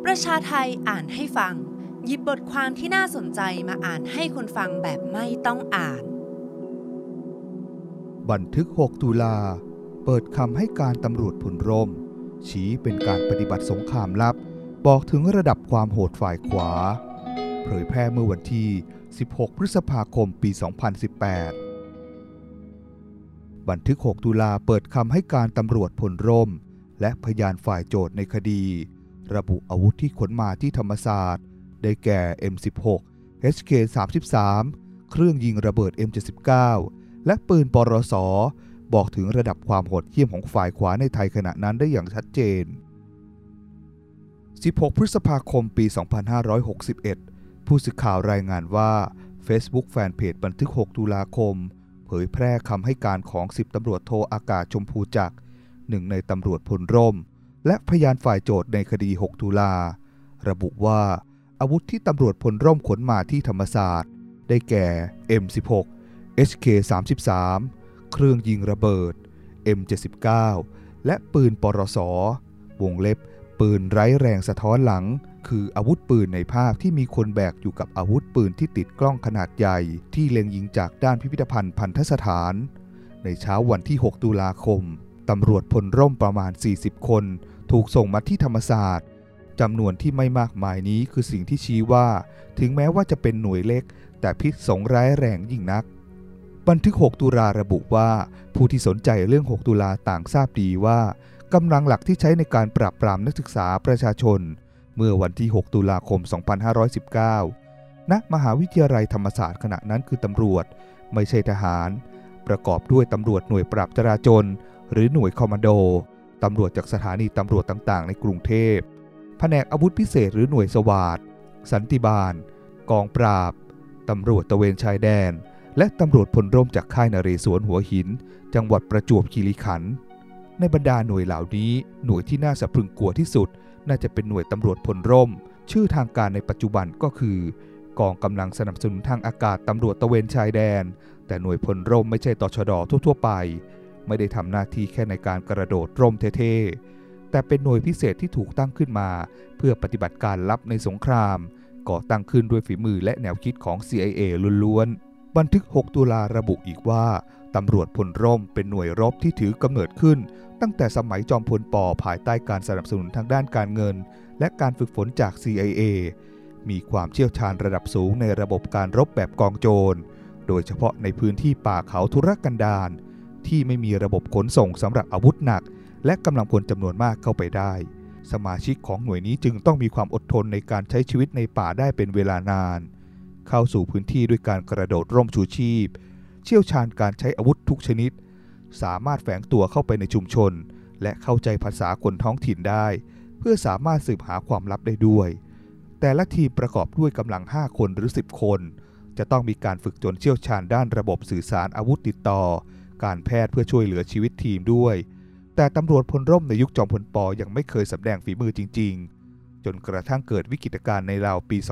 ประชาไทอ่านให้ฟังหยิบบทความที่น่าสนใจมาอ่านให้คนฟังแบบไม่ต้องอ่านบันทึก 6 ตุลาเปิดคำให้การตำรวจพลร่มชี้เป็นการปฏิบัติสงครามลับบอกถึงระดับความโหดฝ่ายขวาเผยแพร่เมื่อวันที่ 16 พฤษภาคม ปี 2018 บันทึก 6 ตุลาเปิดคำให้การตำรวจพลร่มและพยานฝ่ายโจทย์ในคดีระบุอาวุธที่ขนมาที่ธรรมศาสตร์ได้แก่ M16 HK33 เครื่องยิงระเบิด M79 และปืนปรส.บอกถึงระดับความโหดเหี้ยมของฝ่ายขวาในไทยขณะนั้นได้อย่างชัดเจน 16 พฤษภาคม ปี 2561 ผู้สื่อข่าวรายงานว่า Facebook แฟนเพจบันทึก 6 ตุลาคมเผยแพร่คำให้การของ 10 ตำรวจโทอากาศชมพูจักรหนึ่งในตำรวจพลร่มและพยานฝ่ายโจทย์ในคดี 6 ตุลาระบุว่าอาวุธที่ตำรวจพลร่มขนมาที่ธรรมศาสตร์ได้แก่ M16 HK33 เครื่องยิงระเบิด M79 และปืนปรส.วงเล็บปืนไร้แรงสะท้อนหลังคืออาวุธปืนในภาพที่มีคนแบกอยู่กับอาวุธปืนที่ติดกล้องขนาดใหญ่ที่เล็งยิงจากด้านพิพิธภัณฑ์พันธสถานในเช้าวันที่ 6 ตุลาคมตำรวจพลร่มประมาณ 40 คนถูกส่งมาที่ธรรมศาสตร์จำนวนที่ไม่มากมายนี้คือสิ่งที่ชี้ว่าถึงแม้ว่าจะเป็นหน่วยเล็กแต่พิษสงร้ายแรงยิ่งนักบันทึก 6 ตุลาระบุว่าผู้ที่สนใจเรื่อง 6 ตุลาต่างทราบดีว่ากำลังหลักที่ใช้ในการปราบปรามนักศึกษาประชาชนเมื่อวันที่ 6 ตุลาคม 2519 ณ มหาวิทยาลัยธรรมศาสตร์ขณะนั้นคือตำรวจไม่ใช่ทหารประกอบด้วยตำรวจหน่วยปราบจราจรหรือหน่วยคอมมานโดตำรวจจากสถานีตำรวจต่างๆในกรุงเทพแผนกอาวุธพิเศษหรือหน่วยสวาทสันติบาลกองปราบตำรวจตระเวนชายแดนและตำรวจพลร่มจากค่ายนเรศวรหัวหินจังหวัดประจวบคีรีขันธ์ในบรรดาหน่วยเหล่านี้หน่วยที่น่าสะพรึงกลัวที่สุดน่าจะเป็นหน่วยตำรวจพลร่มชื่อทางการในปัจจุบันก็คือกองกำลังสนับสนุนทางอากาศตำรวจตระเวนชายแดนแต่หน่วยพลร่มไม่ใช่ตชด.ทั่วๆไปไม่ได้ทำหน้าที่แค่ในการกระโดดร่มเท่ๆแต่เป็นหน่วยพิเศษที่ถูกตั้งขึ้นมาเพื่อปฏิบัติการลับในสงครามก่อตั้งขึ้นด้วยฝีมือและแนวคิดของ CIA ล้วนๆบันทึก 6 ตุลาระบุอีกว่าตำรวจพลร่มเป็นหน่วยรบที่ถือกำเนิดขึ้นตั้งแต่สมัยจอมพลป.ภายใต้การสนับสนุนทางด้านการเงินและการฝึกฝนจาก CIA มีความเชี่ยวชาญระดับสูงในระบบการรบแบบกองโจรโดยเฉพาะในพื้นที่ป่าเขาทุรกันดารที่ไม่มีระบบขนส่งสำหรับอาวุธหนักและกำลังพลจำนวนมากเข้าไปได้สมาชิกของหน่วยนี้จึงต้องมีความอดทนในการใช้ชีวิตในป่าได้เป็นเวลานานเข้าสู่พื้นที่ด้วยการกระโดดร่มชูชีพเชี่ยวชาญการใช้อาวุธทุกชนิดสามารถแฝงตัวเข้าไปในชุมชนและเข้าใจภาษาคนท้องถิ่นได้เพื่อสามารถสืบหาความลับได้ด้วยแต่ละทีมประกอบด้วยกำลัง5คนหรือ10คนจะต้องมีการฝึกจนเชี่ยวชาญด้านระบบสื่อสารอาวุธติดต่อการแพทย์เพื่อช่วยเหลือชีวิตทีมด้วยแต่ตำรวจพลร่มในยุคจอมพลป.ยังไม่เคยแสดงฝีมือจริงๆจนกระทั่งเกิดวิกฤตการณ์ในราวปี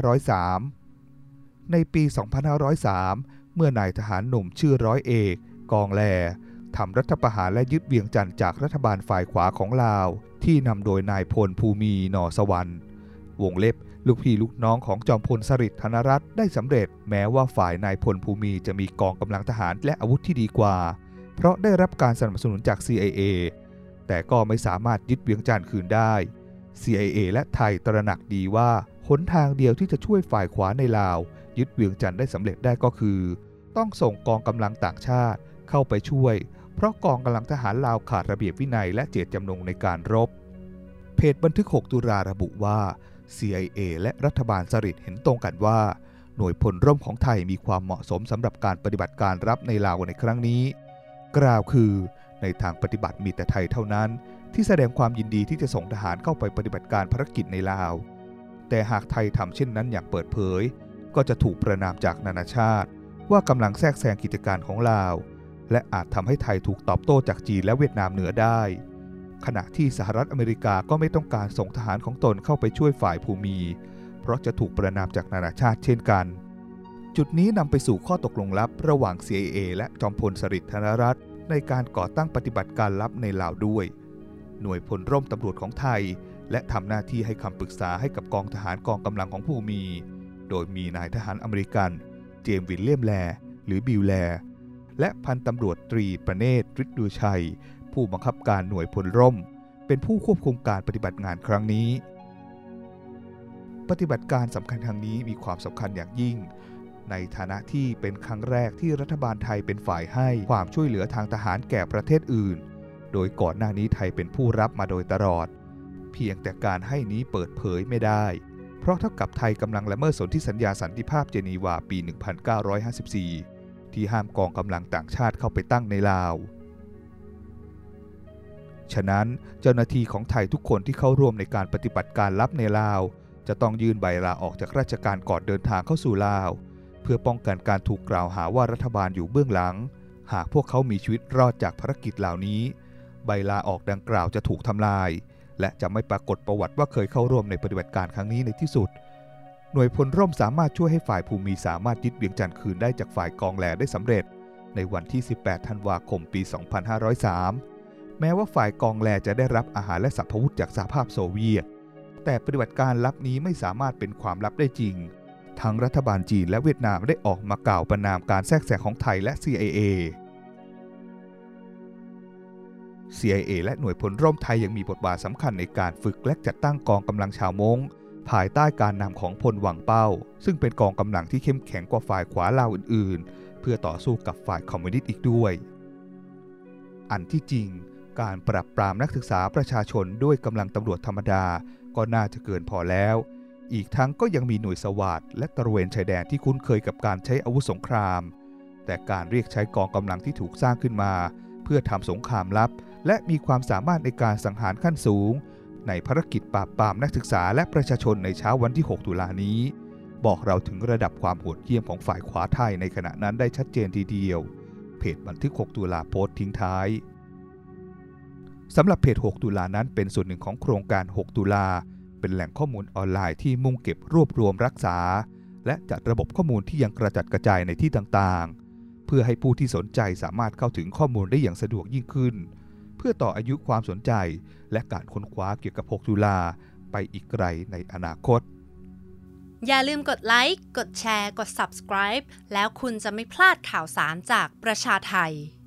2503 ในปี 2503 เมื่อนายทหารหนุ่มชื่อร้อยเอกกองแลทำรัฐประหารและยึดเวียงจันทร์จากรัฐบาลฝ่ายขวาของลาวที่นำโดยนายพลภูมิหน่อสวรรค์วงเล็บลูกพี่ลูกน้องของจอมพลสฤษดิ์ธนรัตน์ได้สำเร็จแม้ว่าฝ่ายนายพลภูมิจะมีกองกำลังทหารและอาวุธที่ดีกว่าเพราะได้รับการสนับสนุนจาก CIA แต่ก็ไม่สามารถยึดเวียงจันทร์คืนได้ CIA และไทยตระหนักดีว่าหนทางเดียวที่จะช่วยฝ่ายขวาในลาวยึดเวียงจันทร์ได้สำเร็จได้ก็คือต้องส่งกองกำลังต่างชาติเข้าไปช่วยเพราะกองกำลังทหารลาวขาดระเบียบวินัยและเจตจำนงในการรบเพจบันทึก 6 ตุลาระบุว่า CIA และรัฐบาลสฤษดิ์เห็นตรงกันว่าหน่วยพลร่มของไทยมีความเหมาะสมสำหรับการปฏิบัติการรับในลาวในครั้งนี้กล่าวคือในทางปฏิบัติมีแต่ไทยเท่านั้นที่แสดงความยินดีที่จะส่งทหารเข้าไปปฏิบัติการภารกิจในลาวแต่หากไทยทำเช่นนั้นอย่างเปิดเผยก็จะถูกประณามจากนานาชาติว่ากำลังแทรกแซงกิจการของลาวและอาจทำให้ไทยถูกตอบโต้จากจีนและเวียดนามเหนือได้ขณะที่สหรัฐอเมริกาก็ไม่ต้องการส่งทหารของตนเข้าไปช่วยฝ่ายภูมิเพราะจะถูกประณามจากนานาชาติเช่นกันจุดนี้นำไปสู่ข้อตกลงลับระหว่าง CIA และจอมพลสฤษดิ์ธนรัตน์ในการก่อตั้งปฏิบัติการลับในลาวด้วยหน่วยพลร่มตำรวจของไทยและทำหน้าที่ให้คำปรึกษาให้กับกองทหารกองกำลังของผู้มี โดยมีนายทหารอเมริกันเจมส์วิลเลียมแลร์หรือบิลแลร์และพันตำรวจตรีประเนศฤทธิ์ดูชัยผู้บังคับการหน่วยพลร่มเป็นผู้ควบคุมการปฏิบัติงานครั้งนี้ปฏิบัติการสำคัญครั้งนี้มีความสำคัญอย่างยิ่งในฐานะที่เป็นครั้งแรกที่รัฐบาลไทยเป็นฝ่ายให้ความช่วยเหลือทางทหารแก่ประเทศอื่นโดยก่อนหน้านี้ไทยเป็นผู้รับมาโดยตลอดเพียงแต่การให้นี้เปิดเผยไม่ได้เพราะเท่ากับไทยกำลังละเมิดสนธิสัญญาสันติภาพเจนีวาปี 1954 ที่ห้ามกองกำลังต่างชาติเข้าไปตั้งในลาวฉะนั้นเจ้าหน้าที่ของไทยทุกคนที่เข้าร่วมในการปฏิบัติการลับในลาวจะต้องยื่นใบลาออกจากราชการก่อนเดินทางเข้าสู่ลาวเพื่อป้องกันการถูกกล่าวหาว่ารัฐบาลอยู่เบื้องหลังหากพวกเขามีชีวิตรอดจากภารกิจเหล่านี้ใบลาออกดังกล่าวจะถูกทำลายและจะไม่ปรากฏประวัติว่าเคยเข้าร่วมในปฏิบัติการครั้งนี้ในที่สุดหน่วยพลร่มสามารถช่วยให้ฝ่ายภูมิสามารถยึดเวียงจันทร์คืนได้จากฝ่ายกองแลได้สำเร็จในวันที่ 18 ธันวาคม ปี 2503 แม้ว่าฝ่ายกองแลจะได้รับอาหารและสัพพวุธจากสหภาพโซเวียตแต่ปฏิบัติการลับนี้ไม่สามารถเป็นความลับได้จริงทั้งรัฐบาลจีนและเวียดนามได้ออกมากล่าวประณามการแทรกแซงของไทยและ CIA และหน่วยพลร่มไทยยังมีบทบาทสำคัญในการฝึกและจัดตั้งกองกำลังชาวม้งภายใต้การนำของพลหวังเป้าซึ่งเป็นกองกำลังที่เข้มแข็งกว่าฝ่ายขวาลาวอื่นๆเพื่อต่อสู้กับฝ่ายคอมมิวนิสต์อีกด้วยอันที่จริงการปราบปรามนักศึกษาประชาชนด้วยกำลังตำรวจธรรมดาก็น่าจะเกินพอแล้วอีกทั้งก็ยังมีหน่วยสวาทและตระเวนชายแดนที่คุ้นเคยกับการใช้อาวุธสงครามแต่การเรียกใช้กองกำลังที่ถูกสร้างขึ้นมาเพื่อทำสงครามลับและมีความสามารถในการสังหารขั้นสูงในภารกิจปราบปรามนักศึกษาและประชาชนในเช้าวันที่ 6 ตุลานี้บอกเราถึงระดับความโหดเหี้ยมของฝ่ายขวาไทยในขณะนั้นได้ชัดเจนทีเดียวเพจบันทึก 6 ตุลาโพสต์ทิ้งท้ายสำหรับเพจ 6 ตุลานั้นเป็นส่วนหนึ่งของโครงการ 6 ตุลาเป็นแหล่งข้อมูลออนไลน์ที่มุ่งเก็บรวบรวมรักษาและจัดระบบข้อมูลที่ยังกระจัดกระจายในที่ต่างๆเพื่อให้ผู้ที่สนใจสามารถเข้าถึงข้อมูลได้อย่างสะดวกยิ่งขึ้นเพื่อต่ออายุความสนใจและการค้นคว้าเกี่ยวกับ 6 ตุลาไปอีกไกลในอนาคตอย่าลืมกดไลค์ กดแชร์ กด Subscribe แล้วคุณจะไม่พลาดข่าวสารจากประชาไทย